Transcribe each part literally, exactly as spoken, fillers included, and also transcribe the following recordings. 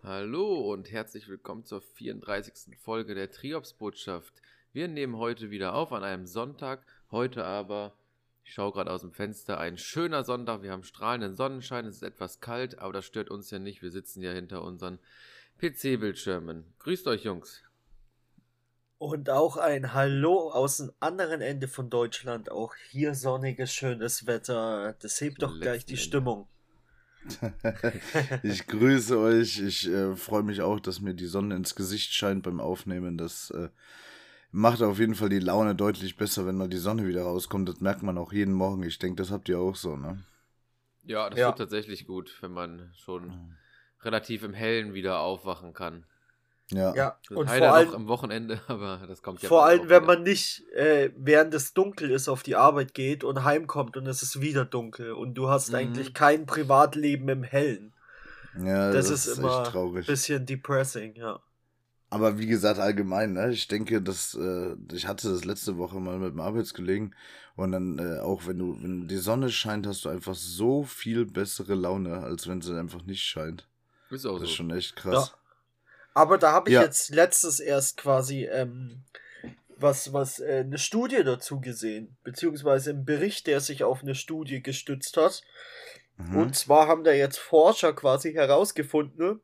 Hallo und herzlich willkommen zur vierunddreißigsten Folge der Triops-Botschaft. Wir nehmen heute wieder auf an einem Sonntag, heute aber, ich schaue gerade aus dem Fenster, ein schöner Sonntag, wir haben strahlenden Sonnenschein, es ist etwas kalt, aber das stört uns ja nicht, wir sitzen ja hinter unseren P C-Bildschirmen. Grüßt euch, Jungs. Und auch ein Hallo aus dem anderen Ende von Deutschland, auch hier sonniges, schönes Wetter, das hebt doch gleich die Ende. Stimmung. Ich grüße euch, ich äh, freue mich auch, dass mir die Sonne ins Gesicht scheint beim Aufnehmen. Das äh, macht auf jeden Fall die Laune deutlich besser, wenn mal die Sonne wieder rauskommt. Das merkt man auch jeden Morgen. Ich denke, das habt ihr auch so, ne? Ja, das Ja. tut tatsächlich gut, wenn man schon relativ im Hellen wieder aufwachen kann. Ja. Ja, Das und ist vor leider allem, noch am Wochenende, aber das kommt ja vor bald allem auch wenn wieder. man nicht, äh, während es dunkel ist, auf die Arbeit geht und heimkommt und es ist wieder dunkel und du hast Mhm. eigentlich kein Privatleben im Hellen. Ja, Das, das, ist, ist immer echt traurig. ein bisschen depressing, ja. Aber wie gesagt, allgemein, ne? Ich denke, dass äh, ich hatte das letzte Woche mal mit dem Arbeitskollegen und dann äh, auch, wenn du, wenn die Sonne scheint, hast du einfach so viel bessere Laune, als wenn sie einfach nicht scheint. Ist auch Das ist so. schon echt krass. Ja. Aber da habe ich Ja. jetzt letztes erst quasi ähm, was, was äh, eine Studie dazu gesehen, beziehungsweise einen Bericht, der sich auf eine Studie gestützt hat. Mhm. Und zwar haben da jetzt Forscher quasi herausgefunden,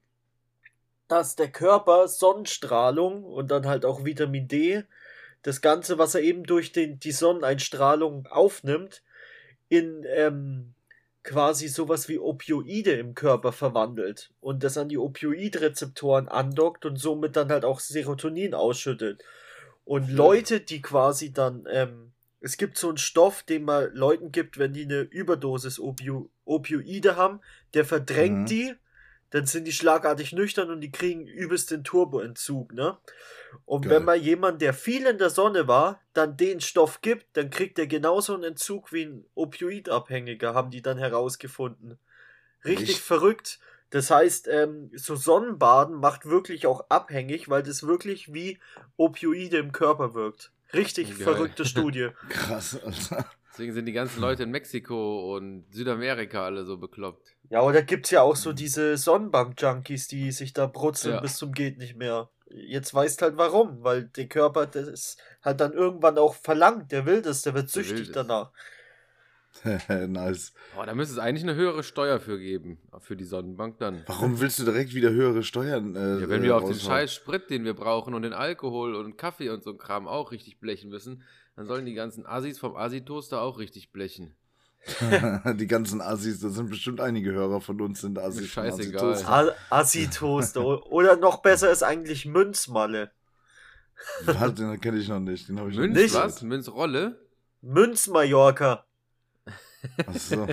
dass der Körper Sonnenstrahlung und dann halt auch Vitamin D, das Ganze, was er eben durch den, die Sonneneinstrahlung aufnimmt, in ähm, quasi sowas wie Opioide im Körper verwandelt und das an die Opioidrezeptoren andockt und somit dann halt auch Serotonin ausschüttet. Und Schön. Leute, die quasi dann, ähm, es gibt so einen Stoff, den man Leuten gibt, wenn die eine Überdosis Opio Opioide haben, der verdrängt Mhm. die, dann sind die schlagartig nüchtern und die kriegen übelst den Turboentzug, ne? Und Geil. wenn man jemand, der viel in der Sonne war, dann den Stoff gibt, dann kriegt er genauso einen Entzug wie ein Opioidabhängiger, haben die dann herausgefunden. Richtig Echt? verrückt. Das heißt, ähm, so Sonnenbaden macht wirklich auch abhängig, weil das wirklich wie Opioide im Körper wirkt. Richtig Geil. verrückte Studie. Krass, Alter. Deswegen sind die ganzen Leute in Mexiko und Südamerika alle so bekloppt. Ja, oder gibt's ja auch so diese Sonnenbank-Junkies, die sich da brutzeln Ja. bis zum geht nicht mehr. Jetzt weißt halt warum, weil der Körper das halt dann irgendwann auch verlangt, der will das, der wird Der will süchtig das. danach. Nice. Boah, da müsste es eigentlich eine höhere Steuer für geben, für die Sonnenbank dann. Warum willst du direkt wieder höhere Steuern äh, Ja, wenn äh, wir auf den raushauen? scheiß Sprit, den wir brauchen und den Alkohol und Kaffee und so ein Kram auch richtig blechen müssen, dann sollen die ganzen Assis vom Assi-Toaster auch richtig blechen. Die ganzen Assis, da sind bestimmt einige Hörer von uns sind Assis. von scheißegal. Assi-Toaster. A- Assi-Toaster. Oder noch besser ist eigentlich Münzmalle. Was, den kenne ich noch nicht. Den habe ich Münz noch Nicht? nicht was? Münzrolle? Münz-Mallorca. Achso.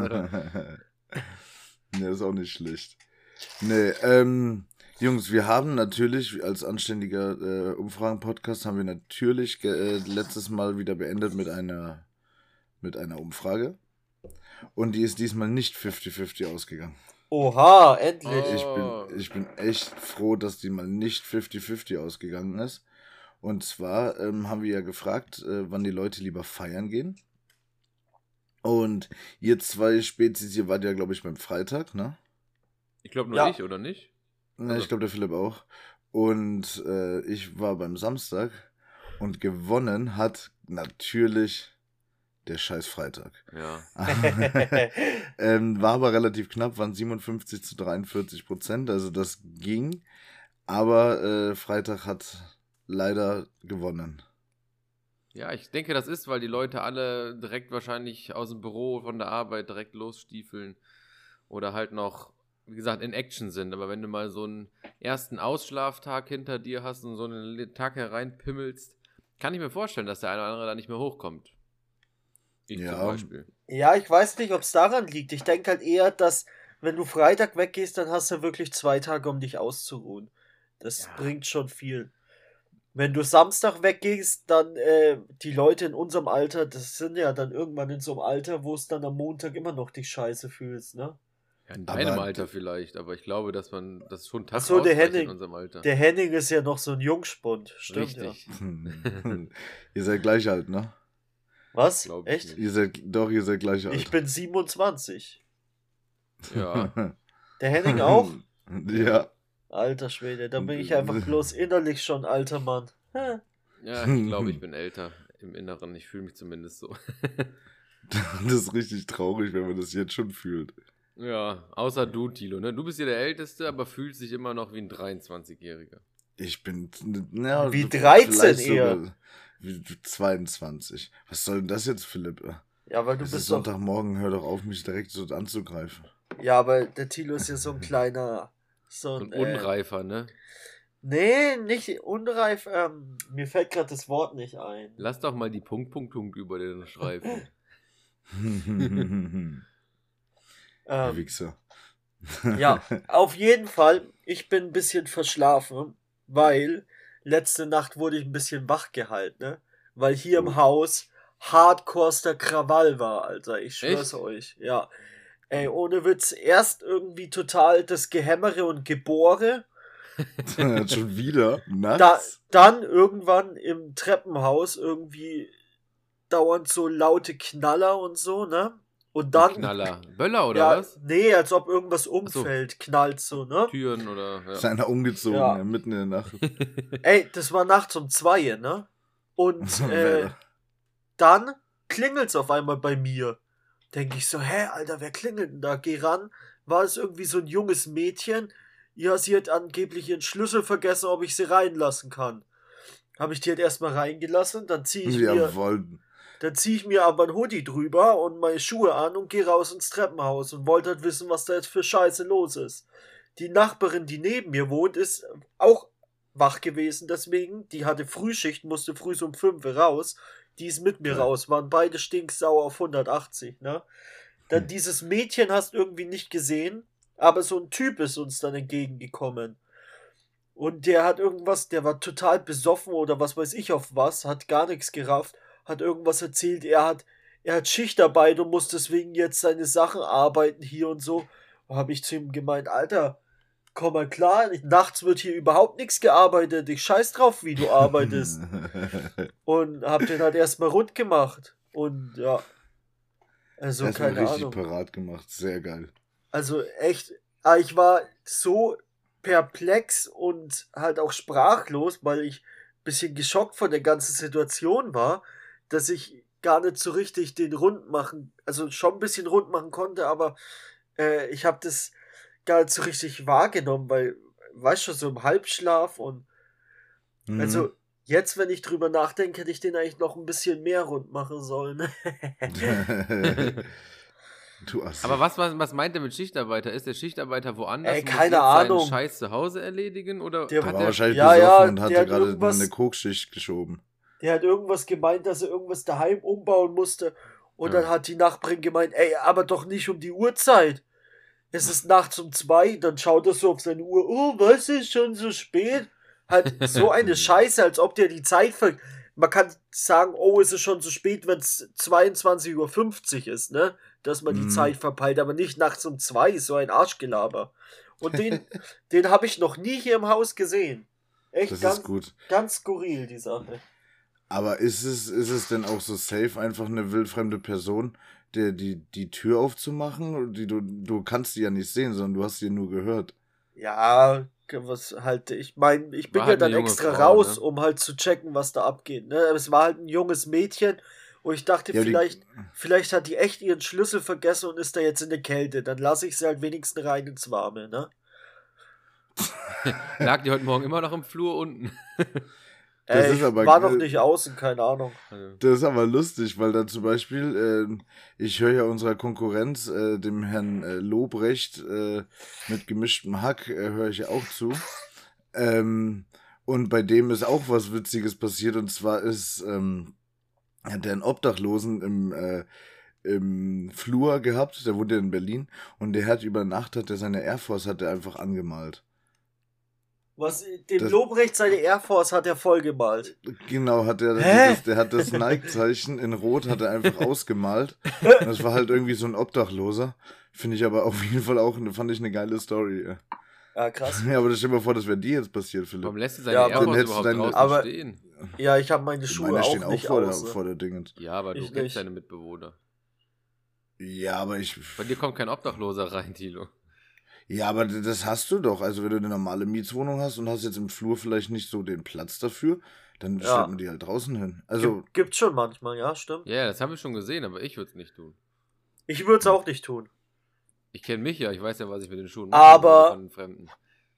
Ne, ist auch nicht schlecht. Nee, ähm, Jungs, wir haben natürlich, als anständiger äh, Umfragen-Podcast, haben wir natürlich ge- äh, letztes Mal wieder beendet mit einer, mit einer Umfrage. Und die ist diesmal nicht fünfzig fünfzig ausgegangen. Oha, endlich. Ich Oh. bin, ich bin echt froh, dass die mal nicht fünfzig fünfzig ausgegangen ist. Und zwar ähm, haben wir ja gefragt, äh, wann die Leute lieber feiern gehen. Und ihr zwei Spezies, ihr wart ja, glaube ich, beim Freitag, ne? Ich glaube nur Ja. ich, oder nicht? Ne, Also. ich glaube, der Philipp auch. Und äh, ich war beim Samstag und gewonnen hat natürlich der scheiß Freitag. Ja. ähm, war aber relativ knapp, waren siebenundfünfzig zu dreiundvierzig Prozent, also das ging. Aber äh, Freitag hat leider gewonnen. Ja, ich denke, das ist, weil die Leute alle direkt wahrscheinlich aus dem Büro von der Arbeit direkt losstiefeln oder halt noch, wie gesagt, in Action sind. Aber wenn du mal so einen ersten Ausschlaftag hinter dir hast und so einen Tag hereinpimmelst, kann ich mir vorstellen, dass der eine oder andere da nicht mehr hochkommt. Ich Ja. zum Beispiel. Ja, ich weiß nicht, ob es daran liegt. Ich denke halt eher, dass wenn du Freitag weggehst, dann hast du wirklich zwei Tage, um dich auszuruhen. Das Ja. bringt schon viel. Wenn du Samstag weggehst, dann äh, die Leute in unserem Alter, das sind ja dann irgendwann in so einem Alter, wo es dann am Montag immer noch dich scheiße fühlst, ne? Ja, in deinem Aber- Alter vielleicht, aber ich glaube, dass man das schon Tag Ach so, der ausreicht in Henning. unserem Alter. Der Henning ist ja noch so ein Jungspund, stimmt Richtig. ja. Ihr seid gleich alt, ne? Was? Glaub ich Echt? nicht. Ihr seid, doch, ihr seid gleich alt. Ich bin siebenundzwanzig. Ja. Der Henning auch? Ja. Alter Schwede, da bin ich einfach bloß innerlich schon alter Mann. Ja, ich glaube, ich bin älter im Inneren. Ich fühle mich zumindest so. Das ist richtig traurig, wenn man das jetzt schon fühlt. Ja, außer du, Thilo, ne? Du bist hier der Älteste, aber fühlst dich immer noch wie ein dreiundzwanzigjähriger. Ich bin, ja, Wie dreizehn vielleicht eher. sogar wie zweiundzwanzig. Was soll denn das jetzt, Philipp? Ja, weil du Es bist ist doch... Sonntagmorgen, hör doch auf, mich direkt so anzugreifen. Ja, aber der Thilo ist ja so ein kleiner... So So ein, ein Unreifer, ne? Äh, nee, nicht unreif. Ähm, mir fällt gerade das Wort nicht ein. Lass doch mal die Punkt, Punkt, Punkt über den Streifen. Du Ähm, Wichser. ja, auf jeden Fall. Ich bin ein bisschen verschlafen, weil letzte Nacht wurde ich ein bisschen wach gehalten, ne? Weil hier Oh. im Haus hardcorester Krawall war, Alter. Ich schwör's Echt? euch. Ja. Ey, ohne Witz. Erst irgendwie total das Gehämmere und Gebohre. Schon wieder? Da, Nachts? dann irgendwann im Treppenhaus irgendwie dauernd so laute Knaller und so, ne? Und dann... Knaller. Böller oder ja, was? nee, als ob irgendwas umfällt, knallt so, ne? Türen oder. Ist Ja. einer umgezogen, Ja. ja. Mitten in der Nacht. Ey, das war nachts um zwei, ne? Und äh, Wer- dann klingelt's auf einmal bei mir. Denk ich so, hä, Alter, wer klingelt denn da? Geh ran. War es irgendwie so ein junges Mädchen? Ja, sie hat angeblich ihren Schlüssel vergessen, ob ich sie reinlassen kann. Habe ich die halt erstmal reingelassen, dann zieh ich mir, Jawohl. dann zieh ich mir aber ein Hoodie drüber und meine Schuhe an und geh raus ins Treppenhaus und wollte halt wissen, was da jetzt für Scheiße los ist. Die Nachbarin, die neben mir wohnt, ist auch wach gewesen, deswegen, die hatte Frühschicht, musste früh so um fünf raus, die ist mit mir Ja. raus, waren beide stinksauer auf hundertachtzig, ne? Dann Hm. dieses Mädchen hast irgendwie nicht gesehen, aber so ein Typ ist uns dann entgegengekommen. Und der hat irgendwas, der war total besoffen oder was weiß ich auf was, hat gar nichts gerafft, hat irgendwas erzählt, er hat, er hat Schichtarbeit und muss deswegen jetzt seine Sachen arbeiten hier und so. Da habe ich zu ihm gemeint, Alter, komm mal klar, nachts wird hier überhaupt nichts gearbeitet, ich scheiß drauf, wie du arbeitest. Und hab den halt erstmal rund gemacht. Und ja, also Erstmal keine richtig Ahnung. parat gemacht. Sehr geil. Also echt, ah, ich war so perplex und halt auch sprachlos, weil ich ein bisschen geschockt von der ganzen Situation war, dass ich gar nicht so richtig den rund machen, also schon ein bisschen rund machen konnte, aber äh, ich habe das gar nicht so richtig wahrgenommen, weil, weißt du, so im Halbschlaf und Mhm. also jetzt, wenn ich drüber nachdenke, hätte ich den eigentlich noch ein bisschen mehr rund machen sollen. Du Assi. Aber was, was, was meint er mit Schichtarbeiter? Ist der Schichtarbeiter woanders? Ey, und muss keine jetzt Ahnung. seinen Scheiß zu Hause erledigen? Oder Der Der hat war er, wahrscheinlich Ja, besoffen ja, und der hatte hat gerade irgendwas- eine Kokschicht geschoben. Der hat irgendwas gemeint, dass er irgendwas daheim umbauen musste. Und Ja. dann hat die Nachbarin gemeint, ey, aber doch nicht um die Uhrzeit. Es ist nachts um zwei, dann schaut er so auf seine Uhr, oh, was ist schon so spät? Halt so eine Scheiße, als ob der die Zeit ver... Man kann sagen, oh, es ist schon so spät, wenn es zweiundzwanzig Uhr fünfzig ist, ne? Dass man die Mhm. Zeit verpeilt, aber nicht nachts um zwei, so ein Arschgelaber. Und den, den habe ich noch nie hier im Haus gesehen. Echt Das ganz, ist gut. ganz skurril, die Sache. Aber ist es, ist es denn auch so safe, einfach eine wildfremde Person, der die, die Tür aufzumachen? Die, du, du kannst die ja nicht sehen, sondern du hast sie nur gehört. Ja, was halt, ich meine, ich bin War ja halt eine dann junge extra Frau, raus, ne? um halt zu checken, was da abgeht. Ne? Es war halt ein junges Mädchen und ich dachte, Ja, die- vielleicht, vielleicht hat die echt ihren Schlüssel vergessen und ist da jetzt in der Kälte. Dann lasse ich sie halt wenigstens rein ins Warme, ne? lag die heute Morgen immer noch im Flur unten? Das Äh, ist ich aber- war noch nicht außen, keine Ahnung. Also, Das ist aber lustig, weil da zum Beispiel, äh, ich höre ja unserer Konkurrenz, äh, dem Herrn äh, Lobrecht, äh, mit gemischtem Hack, äh, höre ich ja auch zu. Ähm, und bei dem ist auch was Witziges passiert, und zwar ist, ähm, hat der einen Obdachlosen im, äh, im Flur gehabt, der wohnt ja in Berlin, und der hat über Nacht, hat er seine Air Force, hat er einfach angemalt. Was, dem Das- Lobrecht seine Air Force hat er vollgemalt. Genau, hat er Hä? das, der hat das Nike-Zeichen in Rot hat er einfach ausgemalt. Und das war halt irgendwie so ein Obdachloser. Finde ich aber auf jeden Fall auch, eine- fand ich eine geile Story. Ja, Ja, krass. ja aber stell dir mal vor, das wäre dir jetzt passiert, Philipp. warum lässt du seine Ja, ja, aber- Airforce Dann hättest überhaupt du deine- draußen aber- stehen? Ja, ich habe meine Schuhe Meine auch stehen auch nicht vor der, aus. vor der Dingens. Ja, aber du Ich kennst nicht. deine Mitbewohner. Ja, aber ich. Bei dir kommt kein Obdachloser rein, Thilo. Ja, aber d- das hast du doch. Also wenn du eine normale Mietswohnung hast und hast jetzt im Flur vielleicht nicht so den Platz dafür, dann Ja. stellt man die halt draußen hin. Also, Gibt, gibt's schon manchmal, ja, stimmt. Ja, das habe ich schon gesehen, aber ich würde es nicht tun. Ich würde es auch nicht tun. Ich kenne mich ja, ich weiß ja, was ich mit den Schuhen Aber- von den Fremden.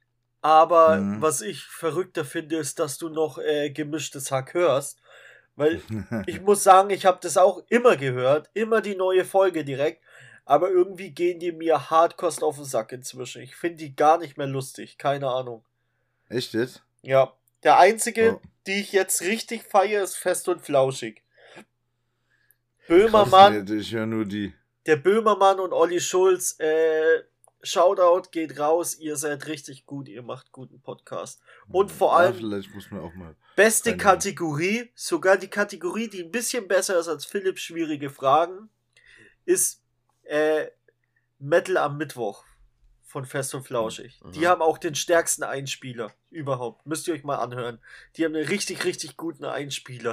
Aber Mhm. was ich verrückter finde, ist, dass du noch äh, gemischtes Hack hörst. Weil ich muss sagen, ich habe das auch immer gehört. Immer die neue Folge direkt. Aber irgendwie gehen die mir hardkost auf den Sack inzwischen. Ich finde die gar nicht mehr lustig. Keine Ahnung. echt jetzt? Ja. Der einzige, Oh. die ich jetzt richtig feiere, ist Fest und Flauschig. Krass, Böhmermann, nee, ich höre nur die. der Böhmermann und Olli Schulz, äh, Shoutout geht raus, ihr seid richtig gut, ihr macht guten Podcast. Und vor Ja, allem, vielleicht muss man auch mal. beste reinhören. Kategorie, sogar die Kategorie, die ein bisschen besser ist als Philips schwierige Fragen, ist äh, Metal am Mittwoch von Fest und Flauschig. Mhm. Die haben auch den stärksten Einspieler überhaupt. Müsst ihr euch mal anhören. Die haben einen richtig, richtig guten Einspieler.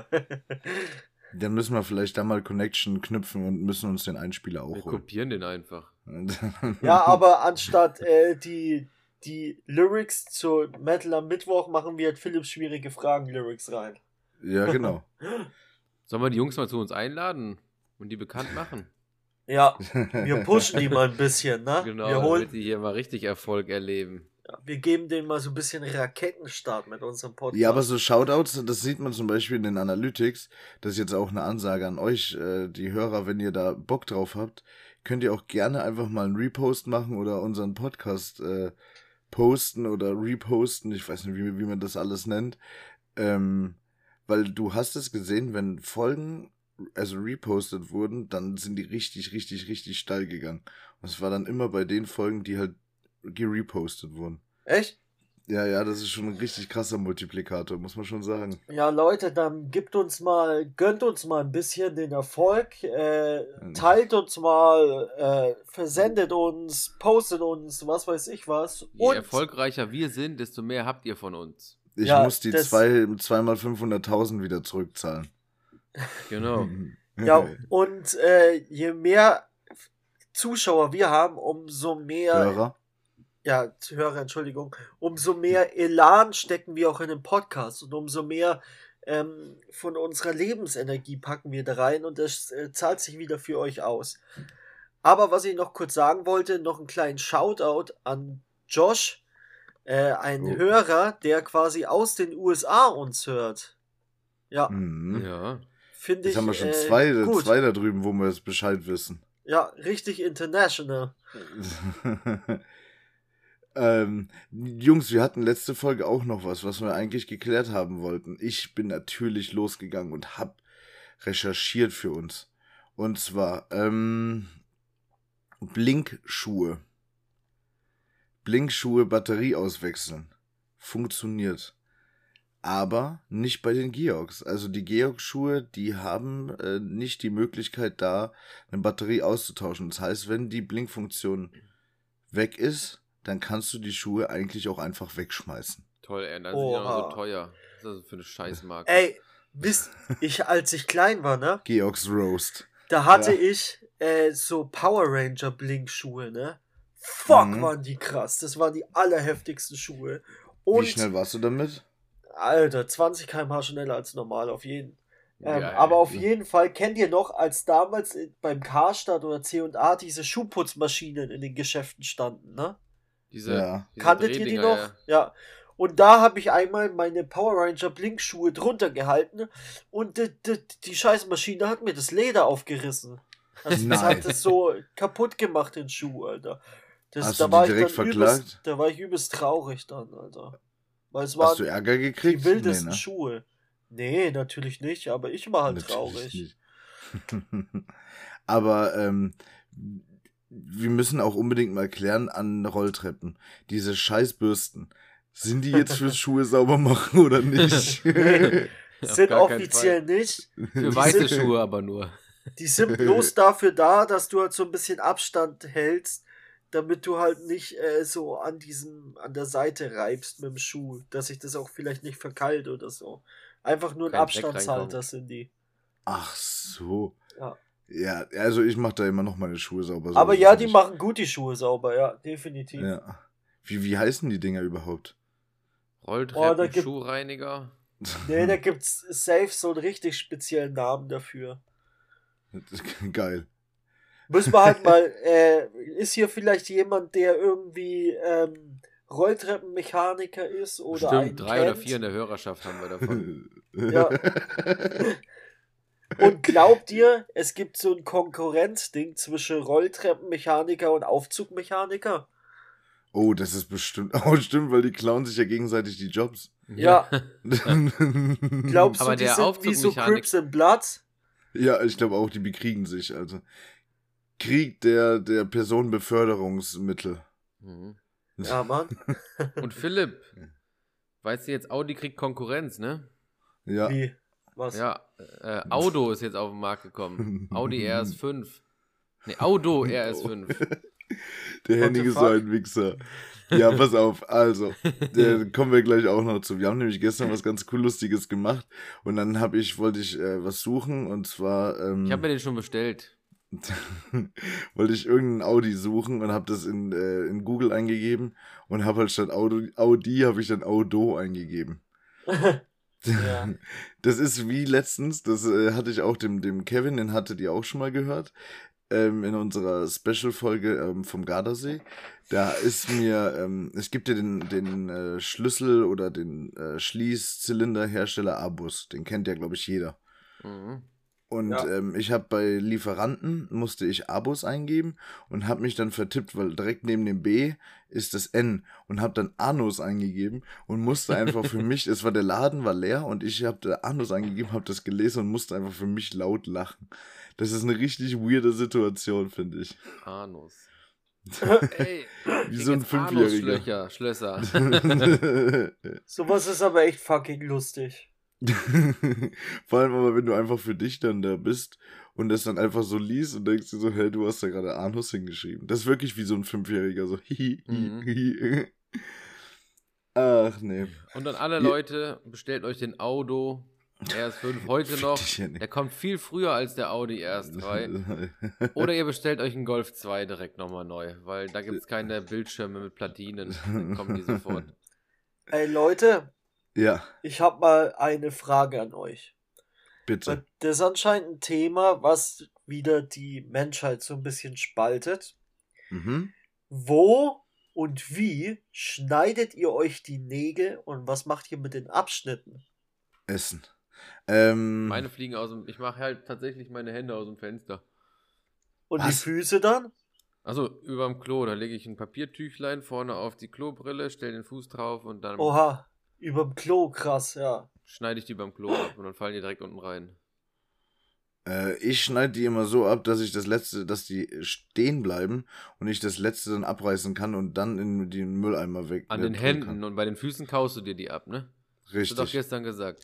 Dann müssen wir vielleicht da mal Connection knüpfen und müssen uns den Einspieler Wir auch holen. kopieren den einfach. Ja, aber anstatt äh, die, die Lyrics zu Metal am Mittwoch machen wir halt Philips schwierige Fragen Lyrics rein. Ja, genau. Sollen wir die Jungs mal zu uns einladen und die bekannt machen? Ja, wir pushen die mal ein bisschen, ne? Genau, wir damit holen, die hier mal richtig Erfolg erleben. ja, wir geben denen mal so ein bisschen Raketenstart mit unserem Podcast. Ja, aber so Shoutouts, das sieht man zum Beispiel in den Analytics. Das ist jetzt auch eine Ansage an euch, äh, die Hörer, wenn ihr da Bock drauf habt, könnt ihr auch gerne einfach mal einen Repost machen oder unseren Podcast äh, posten oder reposten. Ich weiß nicht, wie, wie man das alles nennt. Ähm, weil du hast es gesehen, wenn Folgen also repostet wurden, dann sind die richtig, richtig, richtig steil gegangen. Und es war dann immer bei den Folgen, die halt gerepostet wurden. Echt? Ja, ja, das ist schon ein richtig krasser Multiplikator, muss man schon sagen. Ja, Leute, dann gibt uns mal, gönnt uns mal ein bisschen den Erfolg, äh, teilt uns mal, äh, versendet uns, postet uns, was weiß ich was. Je Und erfolgreicher wir sind, desto mehr habt ihr von uns. Ich Ja, muss die das- zwei, zweimal fünfhunderttausend wieder zurückzahlen. Genau. ja, und äh, je mehr Zuschauer wir haben, umso mehr Hörer. ja, Hörer, Entschuldigung, umso mehr Elan stecken wir auch in den Podcast und umso mehr ähm, von unserer Lebensenergie packen wir da rein und das äh, zahlt sich wieder für euch aus. Aber was ich noch kurz sagen wollte, noch einen kleinen Shoutout an Josh, äh, ein Oh. Hörer, der quasi aus den U S A uns hört. Ja, Mhm. Ja. finde ich Jetzt haben wir schon äh, zwei, gut. zwei da drüben, wo wir jetzt Bescheid wissen. Ja, richtig international. ähm, Jungs, wir hatten letzte Folge auch noch was, was wir eigentlich geklärt haben wollten. Ich bin natürlich losgegangen und hab recherchiert für uns. Und zwar, ähm, Blinkschuhe. Blinkschuhe Batterie auswechseln. Funktioniert. Aber nicht bei den Georgs. Also die Georg-Schuhe, die haben äh, nicht die Möglichkeit, da eine Batterie auszutauschen. Das heißt, wenn die Blinkfunktion weg ist, dann kannst du die Schuhe eigentlich auch einfach wegschmeißen. Toll, ey. Dann sind die auch noch Oha. so teuer. Was ist das für eine Scheißmarke? Ey, wisst ich, als ich klein war, ne? Georgs Roast. Da hatte Ja. ich äh, so Power Ranger Blink-Schuhe, ne? Fuck, Mhm. waren die krass. Das waren die allerheftigsten Schuhe. Und, Wie schnell warst du damit? Alter, zwanzig Kilometer pro Stunde schneller als normal, auf jeden ähm, Geil. Aber auf jeden Fall, kennt ihr noch, als damals in- beim Karstadt oder C und A diese Schuhputzmaschinen in den Geschäften standen, ne? Diese, Ja. diese Kanntet ihr die Drehdinger, noch? ja. Ja. Und da habe ich einmal meine Power Ranger Blink-Schuhe drunter gehalten und die, die, die Scheißmaschine hat mir das Leder aufgerissen. Also das Nein. hat es so kaputt gemacht, den Schuh, Alter. Das, Hast da du war die ich direkt dann verklagt? übelst, da war ich übelst traurig dann, Alter. Weil es Hast waren du Ärger die gekriegt? wildesten Nee, ne? Schuhe. Nee, natürlich nicht, aber ich war halt Natürlich traurig. nicht. Aber ähm, wir müssen auch unbedingt mal klären an Rolltreppen. Diese Scheißbürsten. Sind die jetzt fürs Schuhe sauber machen oder nicht? Nee. Auf Sind gar keinen offiziell nicht. Für weiße Schuhe aber nur. Die sind bloß dafür da, dass du halt so ein bisschen Abstand hältst, damit du halt nicht äh, so an diesem, an der Seite reibst mit dem Schuh, dass sich das auch vielleicht nicht verkeilt oder so. Einfach nur ein Kein Dreck Abstandshalter reinkommt. sind die. Ach so. Ja. Ja, also ich mache da immer noch meine Schuhe sauber. So Aber ist ja, es die nicht. machen gut die Schuhe sauber, ja, definitiv. Ja. Wie, wie heißen die Dinger überhaupt? Rolltreppen, Oh, da gibt- Schuhreiniger. Nee, da gibt's safe so einen richtig speziellen Namen dafür. Geil. Müssen wir halt mal, äh, ist hier vielleicht jemand, der irgendwie ähm, Rolltreppenmechaniker ist oder einen Stimmt, drei oder kennt? vier in der Hörerschaft haben wir davon. Ja. Und glaubt ihr, es gibt so ein Konkurrenzding zwischen Rolltreppenmechaniker und Aufzugmechaniker? Oh, das ist bestimmt. Oh, stimmt, weil die klauen sich ja gegenseitig die Jobs. Ja. Glaubst Aber du, die der sind wie so Aufzugmechanik- Crips and Bloods? Ja, ich glaube auch, die bekriegen sich. Also Krieg der, der Personenbeförderungsmittel. Mhm. Ja, Mann. Und Philipp, weißt du jetzt, Audi kriegt Konkurrenz, ne? Ja. Wie? Was? Ja, äh, Auto ist jetzt auf den Markt gekommen. Audi R S fünf. Ne, Auto R S fünf. Der What Henning the ist so fuck? ein Wichser. Ja, pass auf, also, da kommen wir gleich auch noch zu. Wir haben nämlich gestern was ganz cool Lustiges gemacht und dann habe ich, wollte ich äh, was suchen und zwar ähm, Ich habe mir den schon bestellt. wollte ich irgendeinen Audi suchen und habe das in, äh, in Google eingegeben und habe halt statt Audi, Audi habe ich dann Audo eingegeben. Ja. Das ist wie letztens, das äh, hatte ich auch dem, dem Kevin, den hattet ihr auch schon mal gehört, ähm, in unserer Special-Folge ähm, vom Gardasee. Da ist mir, ähm, es gibt ja den, den äh, Schlüssel oder den äh, Schließzylinderhersteller Abus, den kennt ja, glaube ich, jeder. Mhm. Und Ja. ähm, ich habe bei Lieferanten, musste ich Abus eingeben und habe mich dann vertippt, weil direkt neben dem B ist das N und habe dann Anus eingegeben und musste einfach für mich, es war der Laden, war leer und ich habe da Anus eingegeben, habe das gelesen und musste einfach für mich laut lachen. Das ist eine richtig weirde Situation, finde ich. Anus. Ey, Wie so ein jetzt Fünfjähriger. Anusschlöcher, Schlösser. Sowas ist aber echt fucking lustig. Vor allem aber, wenn du einfach für dich dann da bist und das dann einfach so liest und denkst dir so, hey, du hast da gerade Anus hingeschrieben. Das ist wirklich wie so ein Fünfjähriger, so hihi, Mhm. hihi. Ach, nee. Und an alle Ja. Leute, bestellt euch den Auto R S fünf heute Fick noch. dich, Henning. Der kommt viel früher als der Audi R S drei. Oder ihr bestellt euch einen Golf zwei direkt nochmal neu, weil da gibt es keine Bildschirme mit Platinen. Dann kommen die sofort. Ey Leute, Ja, ich hab mal eine Frage an euch. bitte. Weil das ist anscheinend ein Thema, was wieder die Menschheit so ein bisschen spaltet. Mhm. Wo und wie schneidet ihr euch die Nägel und was macht ihr mit den Abschnitten? Essen. Ähm, Meine fliegen aus dem. Ich mache halt tatsächlich meine Hände aus dem Fenster. Und Was? die Füße dann? Also überm Klo, da lege ich ein Papiertüchlein vorne auf die Klobrille, stelle den Fuß drauf und dann Oha, überm Klo, krass, ja. schneide ich die beim Klo ab und dann fallen die direkt unten rein. äh, ich schneide die immer so ab, dass ich das letzte, dass die stehen bleiben und ich das letzte dann abreißen kann und dann in den Mülleimer weg. An äh, den tun Händen kann. und bei den Füßen kaust du dir die ab, ne? Hast du doch Richtig. gestern gesagt.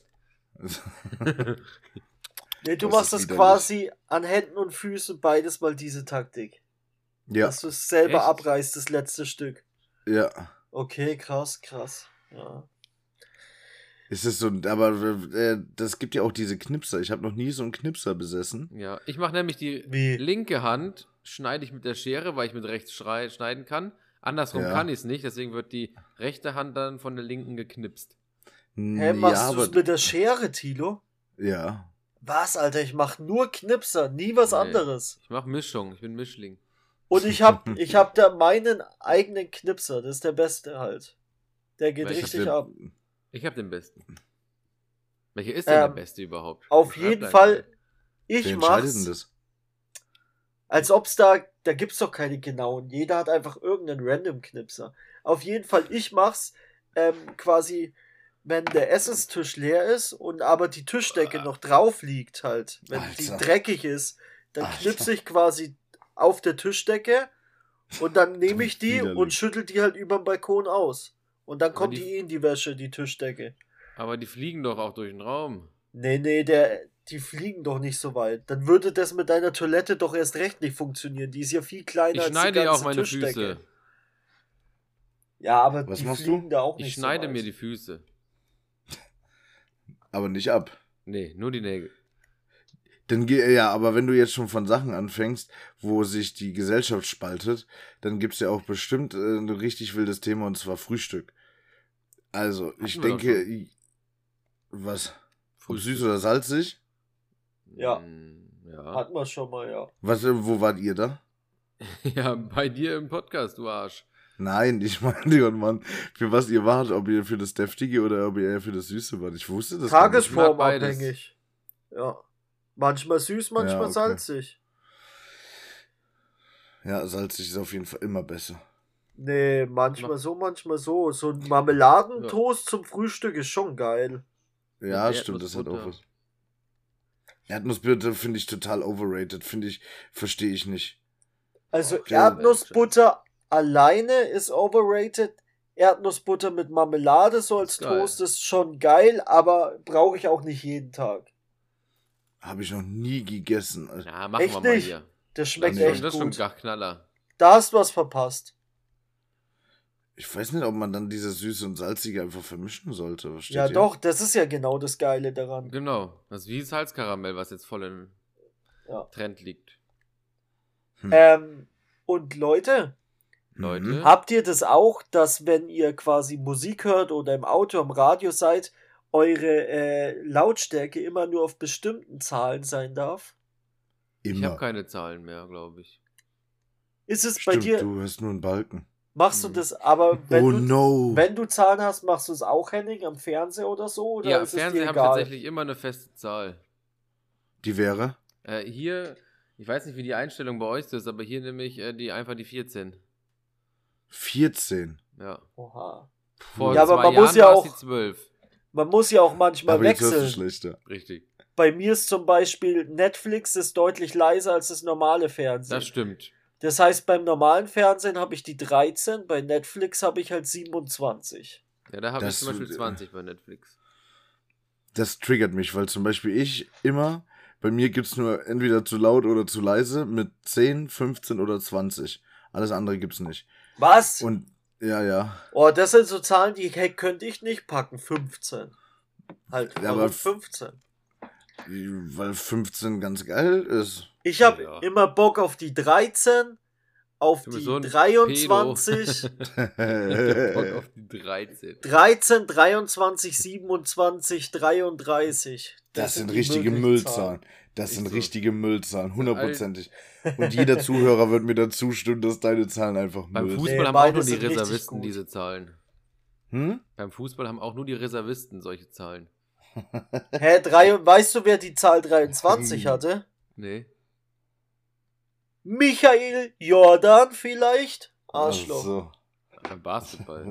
Nee, du Das machst ist das widerlich. quasi an Händen und Füßen beides mal diese Taktik. Ja, Dass du es selber Echt? abreißt, das letzte Stück. ja. Okay, krass, krass. Ja. Ist es so, aber äh, das gibt ja auch diese Knipser. Ich habe noch nie so einen Knipser besessen. Ja, ich mache nämlich die Wie? linke Hand, schneide ich mit der Schere, weil ich mit rechts schrei- schneiden kann. Andersrum Ja. kann ich es nicht, deswegen wird die rechte Hand dann von der linken geknipst. Hä, ja, machst du aber es mit der Schere, Tilo? ja. Was, Alter, ich mach nur Knipser, nie was Nee. anderes. Ich mache Mischung, ich bin Mischling. Und ich hab, ich hab da meinen eigenen Knipser, das ist der beste halt. Der geht Welcher richtig Wir- ab. Ich habe den besten. Welcher ist denn der Ähm, beste überhaupt? Auf Schreibt jeden einer Fall, mal. ich Wer entscheidet denn mach's, das? als ob's da, da gibt's doch keine genauen. Jeder hat einfach irgendeinen Random-Knipser. Auf jeden Fall, ich mach's ähm, quasi, wenn der Essenstisch leer ist und aber die Tischdecke noch drauf liegt halt. Wenn die Alter. dreckig ist, dann Alter. knipse ich quasi auf der Tischdecke und dann nehme ich die Widerlich. und schüttel die halt über den Balkon aus. Und dann Aber kommt die- die eh in die Wäsche, die Tischdecke. Aber die fliegen doch auch durch den Raum. Nee, nee, der, die fliegen doch nicht so weit. Dann würde das mit deiner Toilette doch erst recht nicht funktionieren. Die ist ja viel kleiner Ich als die schneide ja ganze auch meine Tischdecke. Füße. Ja, aber Was die machst fliegen du? da auch nicht Ich so schneide weit. mir die Füße. Aber nicht ab. Nee, nur die Nägel. Dann, ge- ja, aber wenn du jetzt schon von Sachen anfängst, wo sich die Gesellschaft spaltet, dann gibt's ja auch bestimmt äh, ein richtig wildes Thema, und zwar Frühstück. Also, ich wir doch denke, i- was? Ob Frühstück. süß oder salzig? Ja. Mm, ja. Hatten wir schon mal, ja. Was, äh, wo wart ihr da? Ja, bei dir im Podcast, du Arsch. Nein, ich meine, Gott, Mann, für was ihr wart, ob ihr für das Deftige oder ob ihr eher für das Süße wart. Ich wusste das gar nicht. mag beides. Tagesformabhängig. Ja. Manchmal süß, manchmal Ja, okay. salzig. Ja, salzig ist auf jeden Fall immer besser. Nee, manchmal so, manchmal so. So ein Marmeladentoast zum Frühstück ist schon geil. Ja, Mit stimmt, das hat auch Erdnussbutter. was. Erdnussbutter finde ich total overrated, finde ich, verstehe ich nicht. Also Okay, Erdnussbutter alleine ist overrated. Erdnussbutter mit Marmelade so als Ist geil. Toast ist schon geil, aber brauche ich auch nicht jeden Tag. Habe ich noch nie gegessen. Also, Ja, machen Echt wir mal nicht? hier. Das Das schmeckt ist schon, echt das ist schon gut. gar Knaller. Da hast du was verpasst. Ich weiß nicht, ob man dann dieses Süße und Salzige einfach vermischen sollte. Versteht Ja ihr? doch, das ist ja genau das Geile daran. Genau. Das ist wie Salzkaramell, was jetzt voll im Ja. Trend liegt. Hm. Ähm, und Leute, Leute. Mhm. habt ihr das auch, dass wenn ihr quasi Musik hört oder im Auto, am Radio seid, eure äh, Lautstärke immer nur auf bestimmten Zahlen sein darf? Ich Immer. habe keine Zahlen mehr, glaube ich. Ist es bei Stimmt, dir, du hast nur einen Balken. machst du Mhm. das, aber wenn, Oh du, no. wenn du Zahlen hast, machst du es auch, Henning, am Fernseher oder so? Oder Ja, ist es dir Fernseher habe ich egal? tatsächlich immer eine feste Zahl. Die wäre? Äh, hier, ich weiß nicht, wie die Einstellung bei euch ist, aber hier nämlich äh, die einfach die vierzehn. vierzehn. Ja. Oha. Vor Ja, aber zwei man Jahren muss ja war's auch- die zwölf. Man muss ja auch manchmal Aber jetzt hörst du wechseln. schlechter. Richtig. Bei mir ist zum Beispiel Netflix ist deutlich leiser als das normale Fernsehen. Das stimmt. Das heißt, beim normalen Fernsehen habe ich die dreizehn, bei Netflix habe ich halt siebenundzwanzig. Ja, da habe ich Das- zum Beispiel zwanzig bei Netflix. Das triggert mich, weil zum Beispiel ich immer, bei mir gibt's nur entweder zu laut oder zu leise mit zehn, fünfzehn oder zwanzig. Alles andere gibt's nicht. Was? Und ja, ja. Oh, das sind so Zahlen, die hey, könnte ich nicht packen. fünfzehn. Halt, Ja, warum aber- fünfzehn? Weil fünfzehn ganz geil ist. Ich habe Ja. immer Bock auf die dreizehn, auf Du bist die so ein dreiundzwanzig, Bock auf die dreizehn. dreizehn, dreiundzwanzig, siebenundzwanzig, dreiunddreißig. Das sind die richtige möglichen Müllzahlen. Das Echt sind so. richtige Müllzahlen, hundertprozentig. Und jeder Zuhörer wird mir dazu stimmen, dass deine Zahlen einfach Beim Müll Fußball Nee, haben auch beide nur die sind richtig Reservisten gut. diese Zahlen. Hm? Beim Fußball haben auch nur die Reservisten solche Zahlen. Hä, drei, weißt du, wer die Zahl dreiundzwanzig Hm. hatte? Nee. Michael Jordan vielleicht? Arschloch. Ach so. Beim Basketball.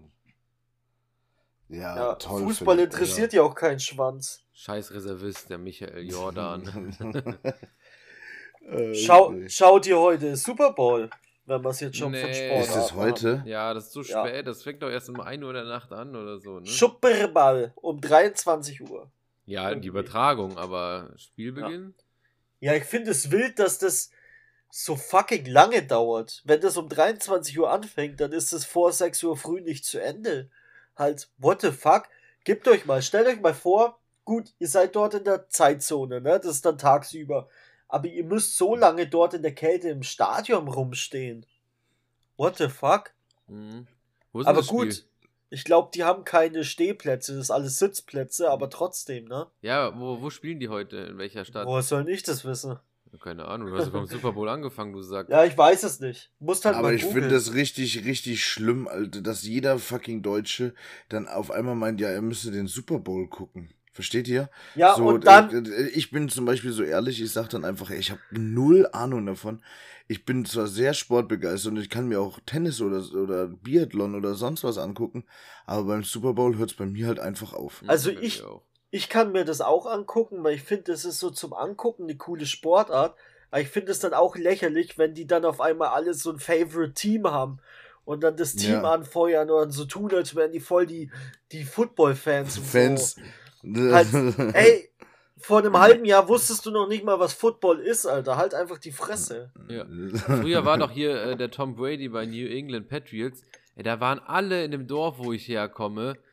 Ja, Ja, toll. Fußball Philipp, interessiert ja auch keinen Schwanz. Scheiß Reservist, der Michael Jordan. Äh, Schau, nee. schaut ihr heute Super Bowl, wenn wir es jetzt schon von Nee. Sport Ist das heute? Ja, das ist so Ja. spät. Das fängt doch erst um ein Uhr in der Nacht an oder so, ne? Superball um dreiundzwanzig Uhr. Ja, die Übertragung, aber Spielbeginn? Ja, ich finde es wild, dass das so fucking lange dauert. Wenn das um dreiundzwanzig Uhr anfängt, dann ist es vor sechs Uhr früh nicht zu Ende. Halt, what the fuck? Gebt euch mal, stellt euch mal vor, gut, ihr seid dort in der Zeitzone, ne? Das ist dann tagsüber. Aber ihr müsst so lange dort in der Kälte im Stadion rumstehen. What the fuck? Mhm. Wo ist denn Aber das Spiel? gut, ich glaube, die haben keine Stehplätze, das ist alles Sitzplätze, aber trotzdem, ne? Ja, wo, wo spielen die heute? In welcher Stadt? Woher soll ich das wissen? Keine Ahnung, du hast ja beim Super Bowl angefangen, du sagst. Ja, ich weiß es nicht. Musst halt Aber mal ich googeln. finde das richtig, richtig schlimm, Alter, dass jeder fucking Deutsche dann auf einmal meint, ja, er müsse den Super Bowl gucken. Versteht ihr? Ja, so, und dann, äh, Ich bin zum Beispiel so ehrlich, ich sag dann einfach, ey, ich habe null Ahnung davon. Ich bin zwar sehr sportbegeistert und ich kann mir auch Tennis oder, oder Biathlon oder sonst was angucken, aber beim Super Bowl hört es bei mir halt einfach auf. Mhm, Also bei mir ich- auch. ich kann mir das auch angucken, weil ich finde, das ist so zum Angucken eine coole Sportart. Aber ich finde es dann auch lächerlich, wenn die dann auf einmal alle so ein Favorite-Team haben und dann das Team Ja. anfeuern und so tun, als wären die voll die, die Football-Fans. und Fans. So. Halt, ey, vor einem halben Jahr wusstest du noch nicht mal, was Football ist, Alter. Halt einfach die Fresse. Ja. Früher war doch hier äh, der Tom Brady bei New England Patriots. Ey, da waren alle in dem Dorf, wo ich herkomme,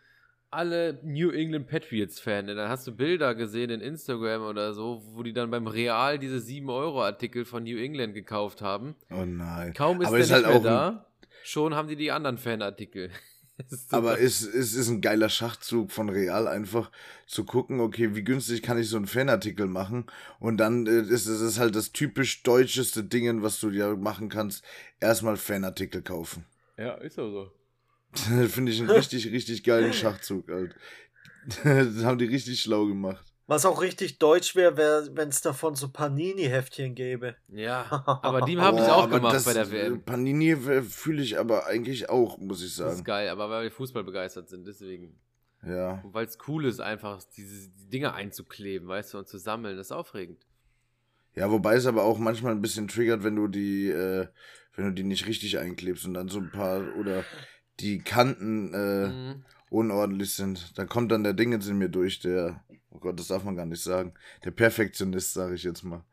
alle New England Patriots-Fan. Dann hast du Bilder gesehen in Instagram oder so, wo die dann beim Real diese sieben Euro Artikel von New England gekauft haben. Oh nein. Kaum ist aber der ist nicht halt mehr auch ein, da, schon haben die die anderen Fanartikel. aber es, es ist ein geiler Schachzug von Real, einfach zu gucken, okay, wie günstig kann ich so einen Fanartikel machen? Und dann äh, ist es ist halt das typisch deutscheste Ding, was du dir machen kannst, erstmal Fanartikel kaufen. Ja, ist auch so. Finde ich einen richtig, richtig geilen Schachzug, halt. Das haben die richtig schlau gemacht. Was auch richtig deutsch wäre, wär, wenn es davon so Panini-Heftchen gäbe. Ja, aber die haben es Oh, auch aber gemacht das, bei der W M. Panini fühle ich aber eigentlich auch, muss ich Das ist sagen. geil, aber weil wir Fußball begeistert sind, deswegen. Ja. Und weil es cool ist, einfach diese die Dinge einzukleben, weißt du, und zu sammeln, das ist aufregend. Ja, wobei es aber auch manchmal ein bisschen triggert, wenn du die, äh, wenn du die nicht richtig einklebst und dann so ein paar oder die Kanten äh, Mhm. unordentlich sind. Da kommt dann der Ding jetzt in mir durch, der, oh Gott, das darf man gar nicht sagen, der Perfektionist, sage ich jetzt mal.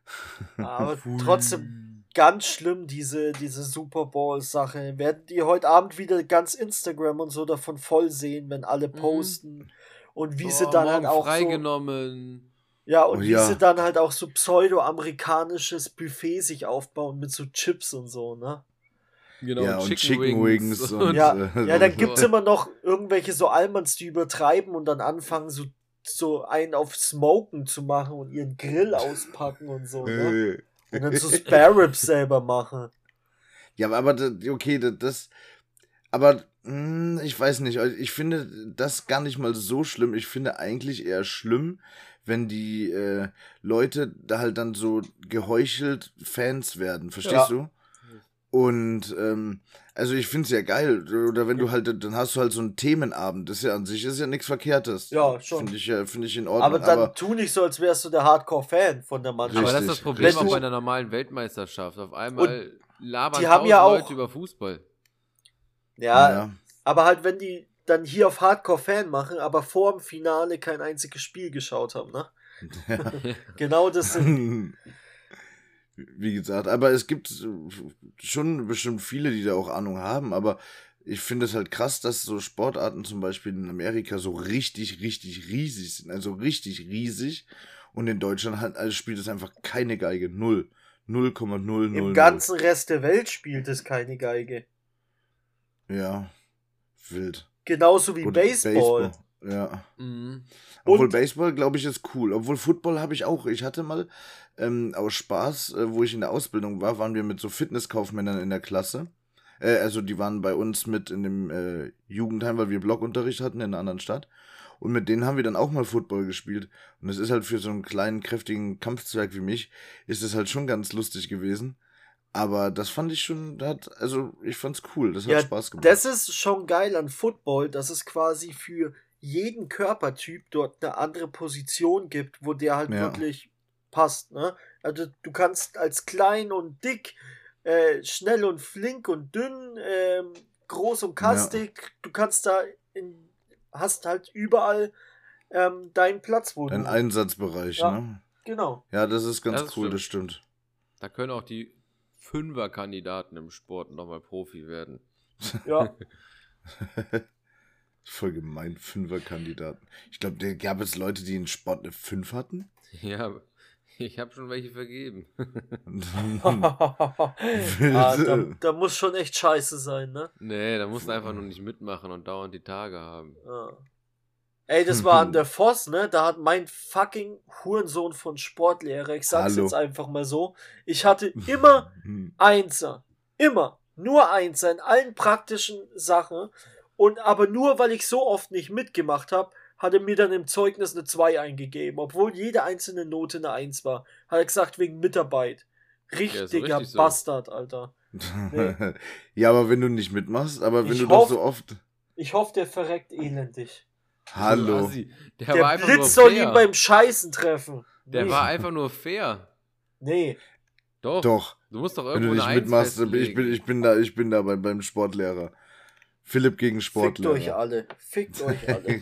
Aber trotzdem ganz schlimm, diese, diese Super Bowl-Sache. Werden die heute Abend wieder ganz Instagram und so davon voll sehen, wenn alle posten. Und wie Boah, sie dann halt morgen auch so, freigenommen. ja, und Oh wie ja. sie dann halt auch so pseudo-amerikanisches Buffet sich aufbauen mit so Chips und so, ne? Genau, Ja, und Chicken, Chicken Wings. Wings und, und- Ja, äh, ja, dann so. gibt's immer noch irgendwelche so Almans, die übertreiben und dann anfangen, so, so einen auf Smoken zu machen und ihren Grill auspacken und so, ne? Und dann so Spare Ribs selber machen. Ja, aber, aber das- okay, das, das aber mh, ich weiß nicht, also ich finde das gar nicht mal so schlimm. Ich finde eigentlich eher schlimm, wenn die äh, Leute da halt dann so geheuchelt Fans werden, verstehst Ja. du? Und ähm, also ich finde es ja geil, oder wenn du halt, dann hast du halt so einen Themenabend, das ist ja an sich ist ja nichts Verkehrtes. Ja, schon. Finde ich, ja- finde ich in Aber Ordnung. dann Aber, tu nicht so, als wärst du der Hardcore-Fan von der Mannschaft. Aber das ist das Richtig, Problem richtig. auch bei einer normalen Weltmeisterschaft. Auf einmal labern die haben ja tausend auch- Leute über Fußball. Ja, ja. aber halt, wenn die dann hier auf Hardcore-Fan machen, aber vor dem Finale kein einziges Spiel geschaut haben, ne? Genau das sind. Wie gesagt, aber es gibt schon bestimmt viele, die da auch Ahnung haben, aber ich finde es halt krass, dass so Sportarten zum Beispiel in Amerika so richtig, richtig riesig sind, also richtig riesig, und in Deutschland halt, also spielt es einfach keine Geige, null, null Komma null null. Im ganzen Rest der Welt spielt es keine Geige. Ja, wild. Genauso wie Oder Baseball. Ja. Mhm. Obwohl Und- Baseball, glaube ich, ist cool. Obwohl Football habe ich auch. Ich hatte mal ähm, aus Spaß, äh, wo ich in der Ausbildung war, waren wir mit so Fitnesskaufmännern in der Klasse. Äh, also die waren bei uns mit in dem äh, Jugendheim, weil wir Blockunterricht hatten in einer anderen Stadt. Und mit denen haben wir dann auch mal Football gespielt. Und es ist halt für so einen kleinen, kräftigen Kampfzwerg wie mich, ist es halt schon ganz lustig gewesen. Aber das fand ich schon, das hat, also ich fand's cool, das hat Ja, Spaß gemacht. das ist schon geil an Football, dass es quasi für jeden Körpertyp dort eine andere Position gibt, wo der halt Ja. wirklich passt, ne? Also du kannst als klein und dick, äh, schnell und flink und dünn, ähm, groß und kastig, du kannst da in, hast halt überall ähm, deinen Platz, wo Ein du. Einsatzbereich, Ja. ne? Genau. Ja, das ist ganz Das ist cool, stimmt. das stimmt. Da können auch die Fünfer-Kandidaten im Sport nochmal Profi werden. Ja. Voll gemein, Fünfer-Kandidaten. Ich glaube, da gab es Leute, die in Sport eine fünf hatten. Ja, ich habe schon welche vergeben. ah, da, da muss schon echt scheiße sein, ne? Nee, da musst du einfach nur nicht mitmachen und dauernd die Tage haben. Ja. Ey, das war an der Voss, ne? Da hat mein fucking Hurensohn von Sportlehrer, ich sag's Hallo. jetzt einfach mal so, ich hatte immer Einser. Immer. Nur Einser in allen praktischen Sachen. Und aber nur, weil ich so oft nicht mitgemacht habe, hat er mir dann im Zeugnis eine zwei eingegeben. Obwohl jede einzelne Note eine eins war. Hat er gesagt, wegen Mitarbeit. Richtiger richtig so. Bastard, Alter. Ja, aber wenn du nicht mitmachst, aber wenn Ich du doch hoff- so oft. Ich hoffe, der verreckt elendig. Hallo. Assi. Der, Der war einfach nur Blitz soll ihn fair. beim Scheißen treffen. Der nee. war einfach nur fair. Nee. Doch. Doch, Du musst doch wenn irgendwo du nicht eine Eins mitmachst, ich bin, festlegen. ich bin da, ich bin da bei, beim Sportlehrer. Philipp gegen Fickt Sportlehrer. euch alle. Fickt euch alle.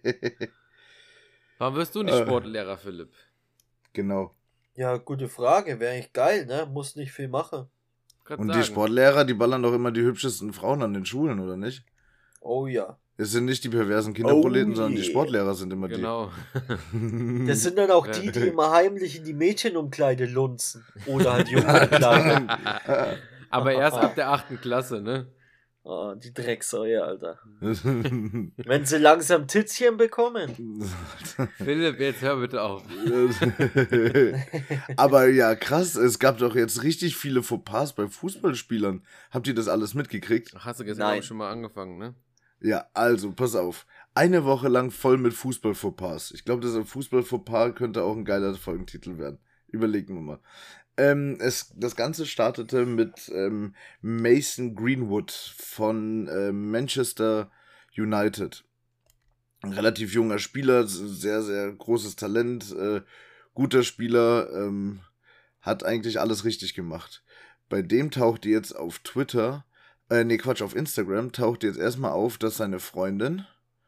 Warum wirst du nicht Äh. Sportlehrer, Philipp? Genau. Ja, gute Frage. Wäre eigentlich geil, ne? Muss nicht viel machen. Grad Und sagen. die Sportlehrer, die ballern doch immer die hübschesten Frauen an den Schulen, oder nicht? Oh ja. Es sind nicht die perversen Kinderproleten, Oh sondern die yeah. Sportlehrer sind immer Genau. die. Das sind dann auch Ja. die, die immer heimlich in die Mädchenumkleide lunzen. Oder halt Jungenkleide. Aber erst ab der achten Klasse, ne? Oh, die Drecksäue, Alter. Wenn sie langsam Titzchen bekommen. Philipp, jetzt hör bitte auf. Aber ja, krass, es gab doch jetzt richtig viele Fauxpas bei Fußballspielern. Habt ihr das alles mitgekriegt? Ach, hast du gestern Nein. auch schon mal angefangen, ne? Ja, also, pass auf. Eine Woche lang voll mit Fußball-Fauxpas. Ich glaube, das Fußball-Fauxpas könnte auch ein geiler Folgentitel werden. Überlegen wir mal. Ähm, es, das Ganze startete mit ähm, Mason Greenwood von ähm, Manchester United. Ein relativ junger Spieler, sehr, sehr großes Talent, äh, guter Spieler, ähm, hat eigentlich alles richtig gemacht. Bei dem taucht jetzt auf Twitter, äh, nee, Quatsch, auf Instagram taucht jetzt erstmal auf, dass seine Freundin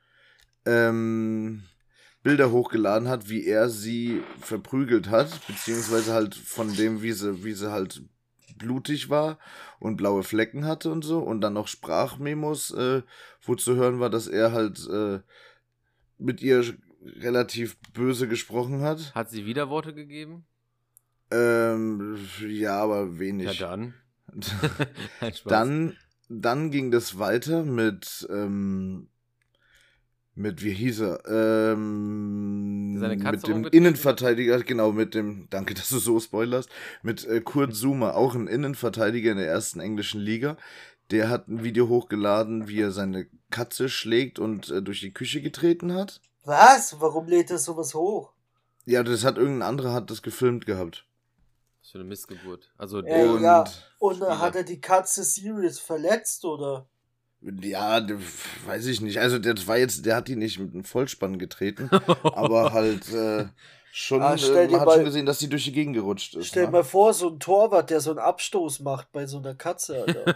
ähm, Bilder hochgeladen hat, wie er sie verprügelt hat, beziehungsweise halt von dem, wie sie, wie sie halt blutig war und blaue Flecken hatte und so, und dann noch Sprachmemos, äh, wo zu hören war, dass er halt äh, mit ihr relativ böse gesprochen hat. Hat sie Widerworte gegeben? Ähm, ja, aber wenig. Ja, dann. Nein, Spaß. Dann, dann ging das weiter mit, ähm, mit, wie hieß er? Ähm, Seine Katze mit dem rumgetrieben Innenverteidiger, genau, mit dem, danke, dass du so spoilerst, mit äh, Kurt Zouma, auch ein Innenverteidiger in der ersten englischen Liga. Der hat ein Video hochgeladen, wie er seine Katze schlägt und äh, durch die Küche getreten hat. Was? Warum lädt er sowas hoch? Ja, das hat irgendein anderer hat das gefilmt gehabt. Was für eine Missgeburt. Also, Äh, Und- ja. Und Spieler. äh, hat er die Katze serious verletzt, oder? Ja, d- weiß ich nicht. Also das war jetzt, der hat die nicht mit einem Vollspann getreten, aber halt äh, schon, Ah, stell äh, dir man hat mal- schon gesehen, dass die durch die Gegend gerutscht ist. Stell ne? mal vor, so ein Torwart, der so einen Abstoß macht bei so einer Katze, Alter.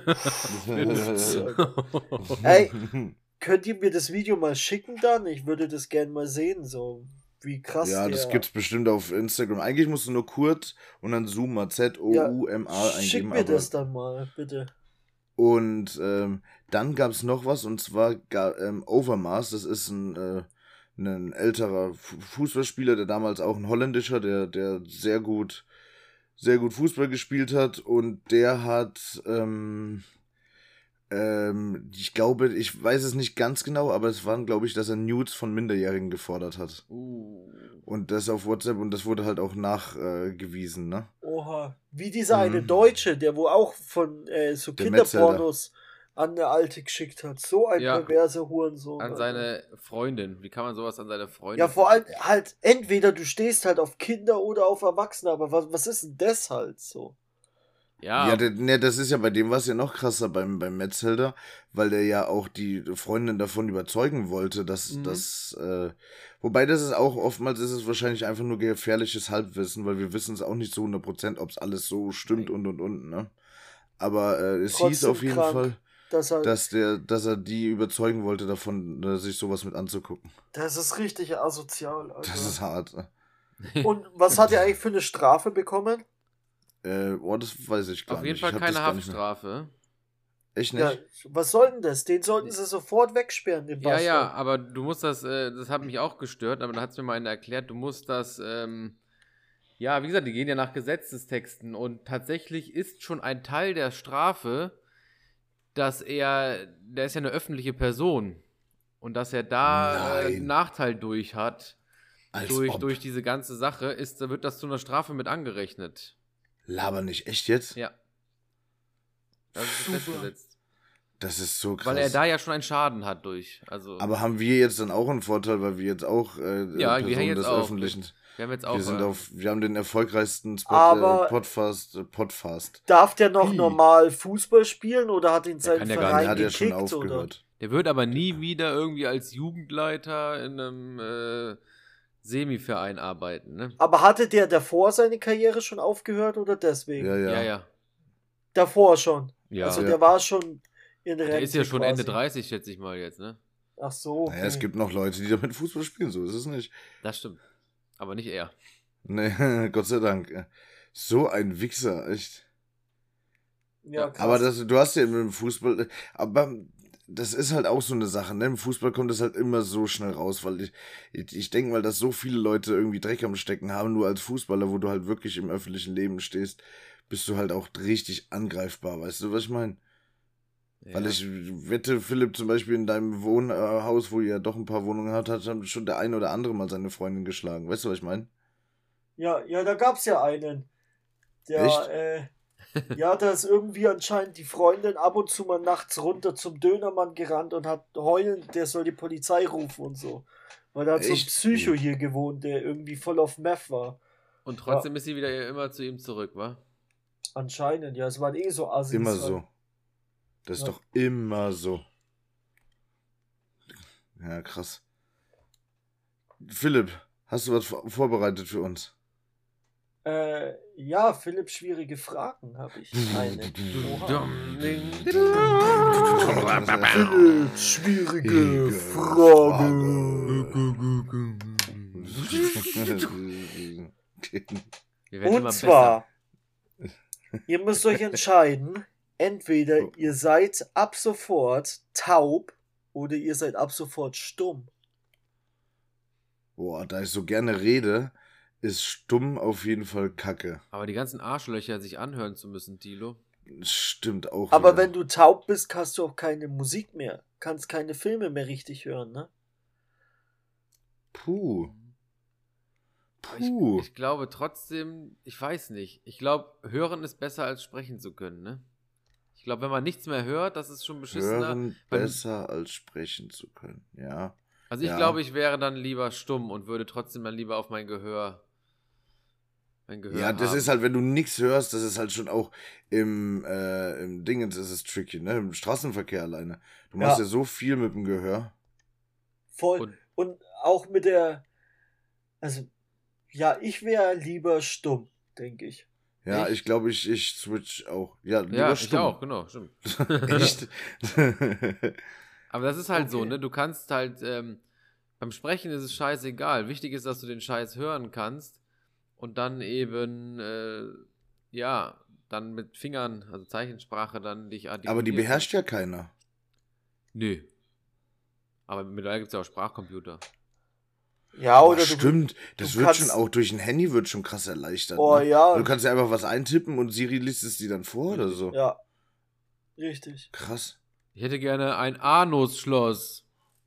Ey, könnt ihr mir das Video mal schicken dann? Ich würde das gerne mal sehen, so wie krass Ja, der... das gibt's bestimmt auf Instagram. Eigentlich musst du nur Kurt und dann Zooma, Z O U M A Schick eingeben. mir aber das dann mal, bitte. Und ähm, dann gab es noch was, und zwar ga, ähm, Overmars, das ist ein, äh, ein älterer Fu- Fußballspieler, der damals auch ein Holländischer, der, der sehr gut, sehr gut Fußball gespielt hat, und der hat, ähm, ähm, ich glaube, ich weiß es nicht ganz genau, aber es waren, glaube ich, dass er Nudes von Minderjährigen gefordert hat. uh. Und das auf WhatsApp, und das wurde halt auch nachgewiesen, ne? Oha. Wie dieser Mhm. eine Deutsche, der wo auch von äh, so Der Kinderpornos an eine Alte geschickt hat. So ein Ja. perverser Hurensohn. An Alter. seine Freundin. Wie kann man sowas an seine Freundin? Ja, vor allem halt, entweder du stehst halt auf Kinder oder auf Erwachsene, aber was, was ist denn das halt so? Ja, Ja, der, ne, das ist ja bei dem was ja noch krasser beim, beim Metzelder, weil der ja auch die Freundin davon überzeugen wollte, dass Mhm. das, äh, wobei das ist auch, oftmals ist es wahrscheinlich einfach nur gefährliches Halbwissen, weil wir wissen es auch nicht zu hundert Prozent, ob es alles so stimmt und und und, ne? Aber äh, es hieß Trotzdem auf jeden krank. Fall, Das, halt, dass der, dass er die überzeugen wollte davon, äh, sich sowas mit anzugucken. das ist richtig asozial, Alter. Das ist hart. Und was hat er eigentlich für eine Strafe bekommen? Äh, oh, das weiß ich gar auf nicht. jeden Fall Ich hab keine das gar nicht mehr- Haftstrafe. Echt nicht? Ja, was soll denn das? Den sollten sie sofort wegsperren, den Ja, Bastard. ja, aber du musst das, äh, das hat mich auch gestört, aber da hat es mir mal einer erklärt, du musst das, ähm, ja, wie gesagt, die gehen ja nach Gesetzestexten und tatsächlich ist schon ein Teil der Strafe, dass er, der ist ja eine öffentliche Person und dass er da äh, Nein. einen Nachteil durch hat, Als durch, ob. durch diese ganze Sache, ist, da wird das zu einer Strafe mit angerechnet. Laber nicht, echt jetzt? Ja. Das ist Super. festgesetzt. Das ist so krass. Weil er da ja schon einen Schaden hat durch. Also, Aber haben wir jetzt dann auch einen Vorteil, weil wir jetzt auch äh, Ja, wir Personen haben jetzt des auch. Öffentlichen. wir haben jetzt auch. Wir sind äh, auf, wir haben den erfolgreichsten Spot, Aber- äh, Podfast, äh, Podfast. Darf der noch Wie? normal Fußball spielen oder hat ihn sein kann ja gar Verein Der hat ja schon gekickt? Oder? aufgehört. Der wird aber nie wieder irgendwie als Jugendleiter in einem äh, Semiverein arbeiten, ne? Aber hatte der davor seine Karriere schon aufgehört oder deswegen? Ja, ja. Ja, ja. Davor schon. Ja. Also Ja. der war schon in Rente. Der ist ja schon quasi. Ende dreißig, schätze ich mal jetzt, ne? Ach so. Okay. Naja, es gibt noch Leute, die damit Fußball spielen, so ist es nicht. Das stimmt. Aber nicht er. Nee, Gott sei Dank. So ein Wichser, echt. ja, krass. Aber das, du hast ja mit dem Fußball, aber das ist halt auch so eine Sache, ne? Im Fußball kommt das halt immer so schnell raus, weil ich, ich, ich denke mal, dass so viele Leute irgendwie Dreck am Stecken haben, nur als Fußballer, wo du halt wirklich im öffentlichen Leben stehst, bist du halt auch richtig angreifbar, weißt du, was ich meine? Ja. Weil ich wette, Philipp, zum Beispiel in deinem Wohnhaus, wo ihr ja doch ein paar Wohnungen habt, hat schon der eine oder andere mal seine Freundin geschlagen, weißt du, was ich meine? Ja, ja, da gab's ja einen. Der, Echt? äh, ja, da ist irgendwie anscheinend die Freundin ab und zu mal nachts runter zum Dönermann gerannt und hat heulend, der soll die Polizei rufen und so. Weil da hat so ein Echt? Psycho hier gewohnt, der irgendwie voll auf Meth war. Und trotzdem ist sie wieder immer zu ihm zurück, wa? Anscheinend, ja, es waren eh so Assis. Immer halt. so. Das ist Ja. doch immer so. Ja, krass. Philipp, hast du was vor- vorbereitet für uns? Äh, ja, Philipp, schwierige Fragen habe ich. Eine. Oha. Philipp, schwierige Wir werden immer Und zwar, ihr müsst euch entscheiden, entweder ihr seid ab sofort taub oder ihr seid ab sofort stumm. Boah, da ich so gerne rede, ist stumm auf jeden Fall Kacke. Aber die ganzen Arschlöcher sich anhören zu müssen, Tilo. Stimmt auch. Aber wieder. wenn du taub bist, hast du auch keine Musik mehr. Kannst keine Filme mehr richtig hören, ne? Puh. Aber Puh. Ich, ich glaube trotzdem, ich weiß nicht. Ich glaube, hören ist besser als sprechen zu können, ne? Ich glaube, wenn man nichts mehr hört, das ist schon beschissener. Hören weil- besser als sprechen zu können. Ja. Also ich Ja. glaube, ich wäre dann lieber stumm und würde trotzdem dann lieber auf mein Gehör. Mein Gehör Ja, das haben. ist halt, wenn du nichts hörst, das ist halt schon auch im, äh, im Dingens ist es tricky, ne? Im Straßenverkehr alleine. Du machst Ja. ja so viel mit dem Gehör. Voll. Und- Und, auch mit der. Also, ja, ich wäre lieber stumm, denke ich. Ja, Echt? ich glaube, ich, ich switch auch. Ja, lieber Ja, ich stumm. auch, genau, stimmt. Echt? Aber das ist halt so, Okay. ne? Du kannst halt, ähm, beim Sprechen ist es scheißegal. Wichtig ist, dass du den Scheiß hören kannst und dann eben, äh, ja, dann mit Fingern, also Zeichensprache, dann dich artikulieren Aber die kannst. beherrscht ja keiner. Nö. Aber mittlerweile gibt es ja auch Sprachcomputer. Ja, Oh, oder du. stimmt, das du wird kannst- schon auch durch ein Handy wird schon krass erleichtert. Oh ne? ja. Du kannst ja einfach was eintippen und Siri liest es dir dann vor oder so. Ja. Richtig. Krass. Ich hätte gerne ein Anusschloss.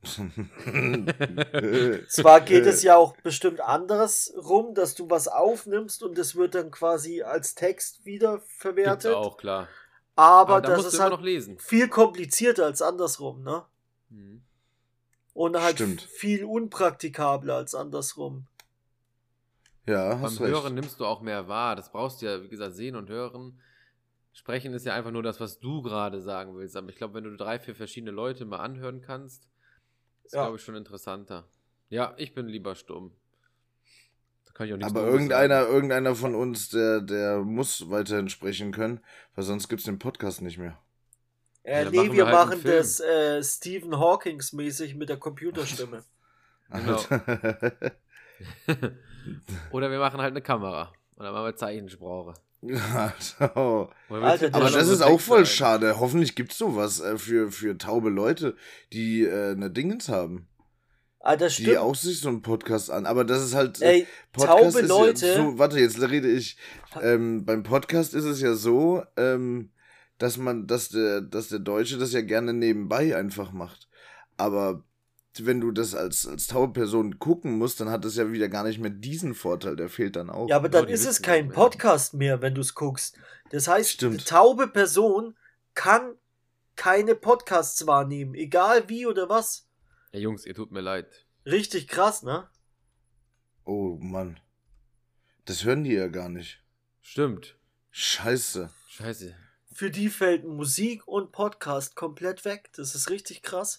Zwar geht es ja auch bestimmt anders rum, dass du was aufnimmst und es wird dann quasi als Text wieder Gibt's verwertet. auch, klar. Aber, Aber da das musst du ist immer halt noch lesen. viel komplizierter als andersrum, ne? Mhm. Und halt Stimmt. viel unpraktikabler als andersrum. Ja, Beim hast recht. Hören nimmst du auch mehr wahr. Das brauchst du ja, wie gesagt, sehen und hören. Sprechen ist ja einfach nur das, was du gerade sagen willst. Aber ich glaube, wenn du drei, vier verschiedene Leute mal anhören kannst, ist, Ja. glaube ich, schon interessanter. Ja, ich bin lieber stumm. Da kann ich auch nichts Aber Dummes irgendeiner, sagen. irgendeiner von uns, der, der muss weiterhin sprechen können, weil sonst gibt's den Podcast nicht mehr. Äh, dann nee, machen wir wir halt einen machen Film. das äh, Stephen Hawkings mäßig mit der Computerstimme. Genau. Oder wir machen halt eine Kamera. Und dann machen wir Zeichensprache. Also. Oder Alter, willst du Aber Ja, das nur ist so auch Texte voll ein? schade. Hoffentlich gibt's sowas äh, für, für taube Leute, die äh, eine Dingens haben. Ah, das Die stimmt. auch sich so einen Podcast an. Aber das ist halt. Äh, Ey, Podcast taube ist Leute. Ja so, warte, jetzt rede ich. Ähm, beim Podcast ist es ja so, ähm, dass man, dass der, dass der Deutsche das ja gerne nebenbei einfach macht. Aber wenn du das als, als taube Person gucken musst, dann hat das ja wieder gar nicht mehr diesen Vorteil. Der fehlt dann auch. Ja, aber Genau, dann die ist es wissen kein das mehr. Podcast mehr, wenn du es guckst. Das heißt, Stimmt. eine taube Person kann keine Podcasts wahrnehmen, egal wie oder was. Ja, Jungs, ihr tut mir leid. Richtig krass, ne? Oh Mann. Das hören die ja gar nicht. Stimmt. Scheiße. Scheiße. Für die fällt Musik und Podcast komplett weg. Das ist richtig krass.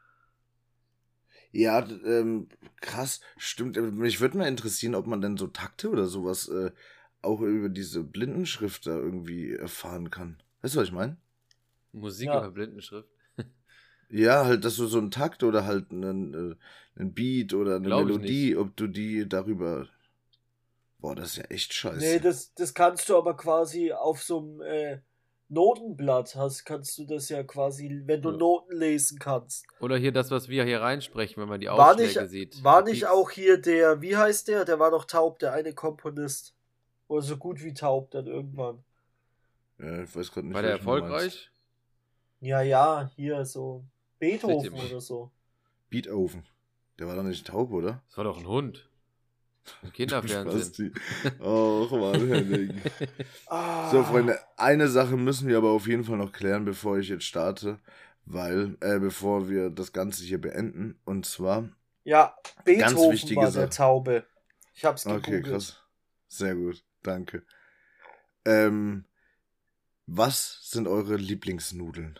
Ja, d- ähm, krass, stimmt. Äh, Mich würde mal interessieren, ob man denn so Takte oder sowas äh, auch über diese Blindenschrift da irgendwie erfahren kann. Weißt du, was ich meine? Musik Ja. über Blindenschrift. Ja, halt, dass du so einen Takt oder halt einen, äh, einen Beat oder eine Glaub ich Melodie, ob du die darüber. Boah, das ist ja echt scheiße. Nee, das, das kannst du aber quasi auf so einem äh, Notenblatt hast, kannst du das ja quasi, wenn du Ja. Noten lesen kannst. Oder hier das, was wir hier reinsprechen, wenn man die War Ausschläge nicht, sieht. war Die nicht Peaks. auch hier der, wie heißt der? Der war doch taub, der eine Komponist. Oder so gut wie taub dann irgendwann. Ja, ich weiß gerade nicht, War der welchen du meinst. erfolgreich? Ja, ja, hier so Beethoven Richtig. oder so. Beethoven. Der war doch nicht taub, oder? Das war doch ein Hund. Im Kinderfernsehen. Spasti. Och, Mann, Henning. Ah, So, Freunde, eine Sache müssen wir aber auf jeden Fall noch klären, bevor ich jetzt starte. Weil, äh, bevor wir das Ganze hier beenden. Und zwar, Ja, Beethoven wichtige war der Sache. Taube. Ich hab's okay, gegoogelt. krass. Sehr gut, danke. Ähm, was sind eure Lieblingsnudeln?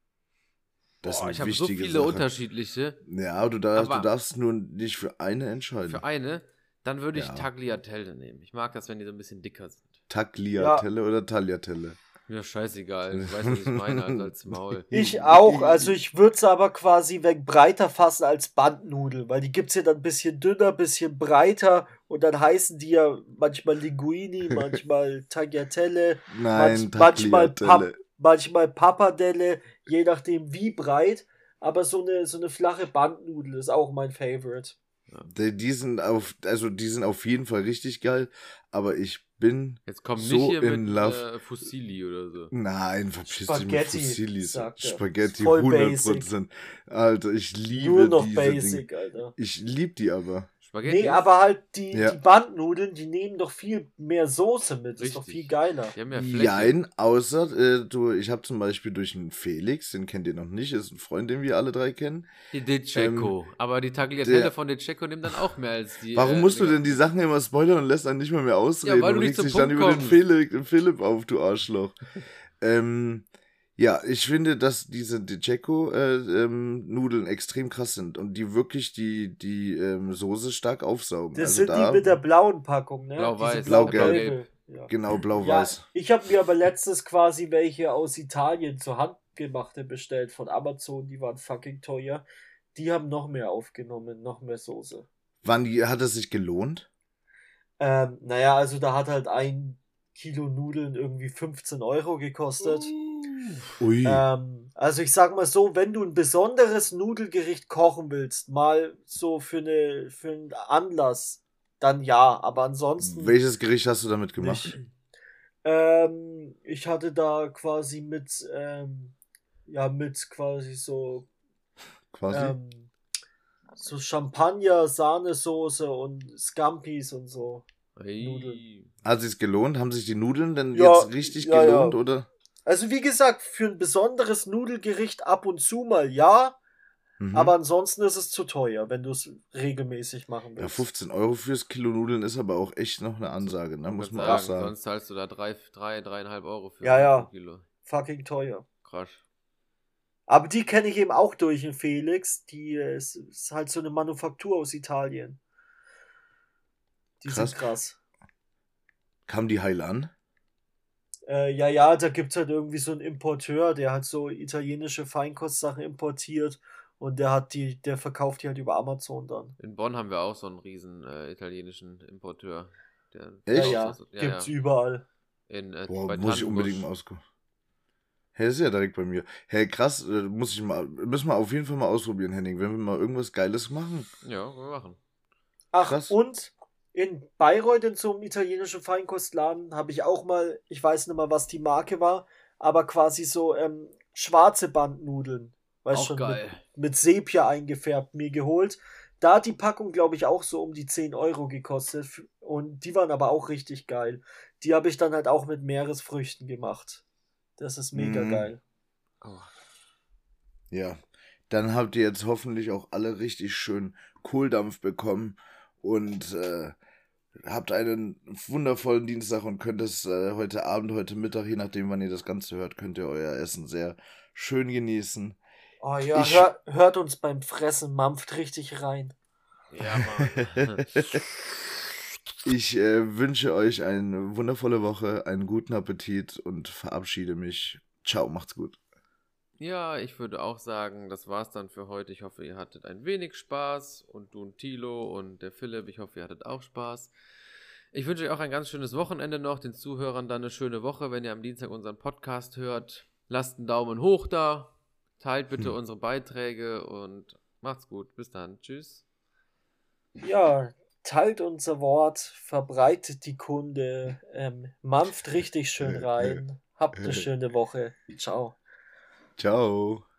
Das Boah, ist ich eine habe so wichtige viele Sache. unterschiedliche. Ja, du darfst, Aber- du darfst nur nicht für eine entscheiden. Für eine, dann würde ich Ja. Tagliatelle nehmen. Ich mag das, wenn die so ein bisschen dicker sind. Tagliatelle oder Tagliatelle? Mir scheißegal. Ich weiß, was ich meine, also als Maul. Ich auch, also ich würde es aber quasi weg breiter fassen als Bandnudel, weil die gibt's ja dann ein bisschen dünner, bisschen breiter und dann heißen die ja manchmal Linguini, manchmal Tagliatelle, Nein, manch, manchmal, Pap, Tagliatelle. manchmal Pappardelle, je nachdem wie breit, aber so eine, so eine flache Bandnudel ist auch mein Favorite. Die, die sind auf, also die sind auf jeden Fall richtig geil, aber ich bin Jetzt kommt so nicht hier in mit love. äh, Fusilli oder so. Nein, verpiss dich mit Spaghetti, Fusillis. sagt er. Spaghetti Voll hundert Prozent. Alter, ich liebe Nur noch diese basic, Dinge. Alter. Ich liebe die aber. Spaghetti? Nee, aber halt die, Ja. die Bandnudeln, die nehmen doch viel mehr Soße mit. Das ist doch Richtig. viel geiler. Die haben ja Fläche. Jein, außer äh, du, ich habe zum Beispiel durch den Felix, den kennt ihr noch nicht, ist ein Freund, den wir alle drei kennen. Die De Cecco. aber die Tagliatelle der- von De Cecco nimmt dann auch mehr als die. Warum äh, musst du Dinger. denn die Sachen immer spoilern und lässt dann nicht mal mehr ausreden Ja, weil du und nicht regst zum dich dann Punkt über den kommst. Philipp, den Philipp auf, du Arschloch. ähm, ja, ich finde, dass diese De Cecco äh, ähm, Nudeln extrem krass sind und die wirklich die, die ähm, Soße stark aufsaugen. Das also sind da, die mit der blauen Packung, ne? Blau-weiß. Diese Blau-gelb. blau-gelbe. Ja. Genau, Ja, blau-weiß. ich habe mir aber letztes quasi welche aus Italien zur Handgemachte bestellt von Amazon, die waren fucking teuer. Die haben noch mehr aufgenommen, noch mehr Soße. Wann die, hat es sich gelohnt? Ähm, naja, also da hat halt ein Kilo Nudeln irgendwie fünfzehn Euro gekostet. Ui. Ähm, also ich sag mal so, wenn du ein besonderes Nudelgericht kochen willst, mal so für eine für einen Anlass, dann ja, aber ansonsten Welches Gericht hast du damit gemacht? nicht. Ähm, ich hatte da quasi mit ähm, ja mit quasi so Quasi? ähm, so Champagner, Sahnesoße und Scampis und so. Hey. Nudeln. Hat sich's gelohnt? Haben sich die Nudeln denn Ja, jetzt richtig ja, gelohnt, ja. oder? Also wie gesagt, für ein besonderes Nudelgericht ab und zu mal ja, Mhm. aber ansonsten ist es zu teuer, wenn du es regelmäßig machen Ja, willst. fünfzehn Euro fürs Kilo Nudeln ist aber auch echt noch eine Ansage, ne? Muss Kann man sagen, auch sagen. Sonst zahlst du da drei, drei, dreieinhalb Euro für Ja, ja. ein Kilo. Fucking teuer. Krass. Aber die kenne ich eben auch durch den Felix. Die äh, ist, ist halt so eine Manufaktur aus Italien. Die Krass. sind krass. Kam die heil an? Äh, ja, ja, da gibt's halt irgendwie so einen Importeur, der halt so italienische Feinkostsachen importiert und der hat die, der verkauft die halt über Amazon dann. In Bonn haben wir auch so einen riesen äh, italienischen Importeur. Der Echt? Ja, ja, So- ja, gibt's ja. überall. In, äh, Boah, bei muss ich Tannenbusch. unbedingt mal ausgucken. Hey, das ist ja direkt bei mir. Hey, krass, äh, muss ich mal, müssen wir auf jeden Fall mal ausprobieren, Henning, wenn wir mal irgendwas Geiles machen. Ja, können wir machen. Ach, Krass. und in Bayreuth in so einem italienischen Feinkostladen habe ich auch mal, ich weiß nicht mal, was die Marke war, aber quasi so ähm, schwarze Bandnudeln. Weißt Auch schon, geil. Mit, mit Sepia eingefärbt mir geholt. Da hat die Packung, glaube ich, auch so um die zehn Euro gekostet. Und die waren aber auch richtig geil. Die habe ich dann halt auch mit Meeresfrüchten gemacht. Das ist mega Mhm. geil. Oh. Ja, dann habt ihr jetzt hoffentlich auch alle richtig schön Kohldampf bekommen und äh, habt einen wundervollen Dienstag und könnt es äh, heute Abend, heute Mittag, je nachdem, wann ihr das Ganze hört, könnt ihr euer Essen sehr schön genießen. Oh ja, Ich- hör, hört uns beim Fressen, mampft richtig rein. Ja, Mann. Ich äh, wünsche euch eine wundervolle Woche, einen guten Appetit und verabschiede mich. Ciao, macht's gut. Ja, ich würde auch sagen, das war's dann für heute. Ich hoffe, ihr hattet ein wenig Spaß und du und Thilo und der Philipp, ich hoffe, ihr hattet auch Spaß. Ich wünsche euch auch ein ganz schönes Wochenende noch, den Zuhörern dann eine schöne Woche, wenn ihr am Dienstag unseren Podcast hört. Lasst einen Daumen hoch da, teilt bitte hm. unsere Beiträge und macht's gut. Bis dann. Tschüss. Ja, teilt unser Wort, verbreitet die Kunde, ähm, mampft richtig schön rein. Habt eine schöne Woche. Ciao. Ciao.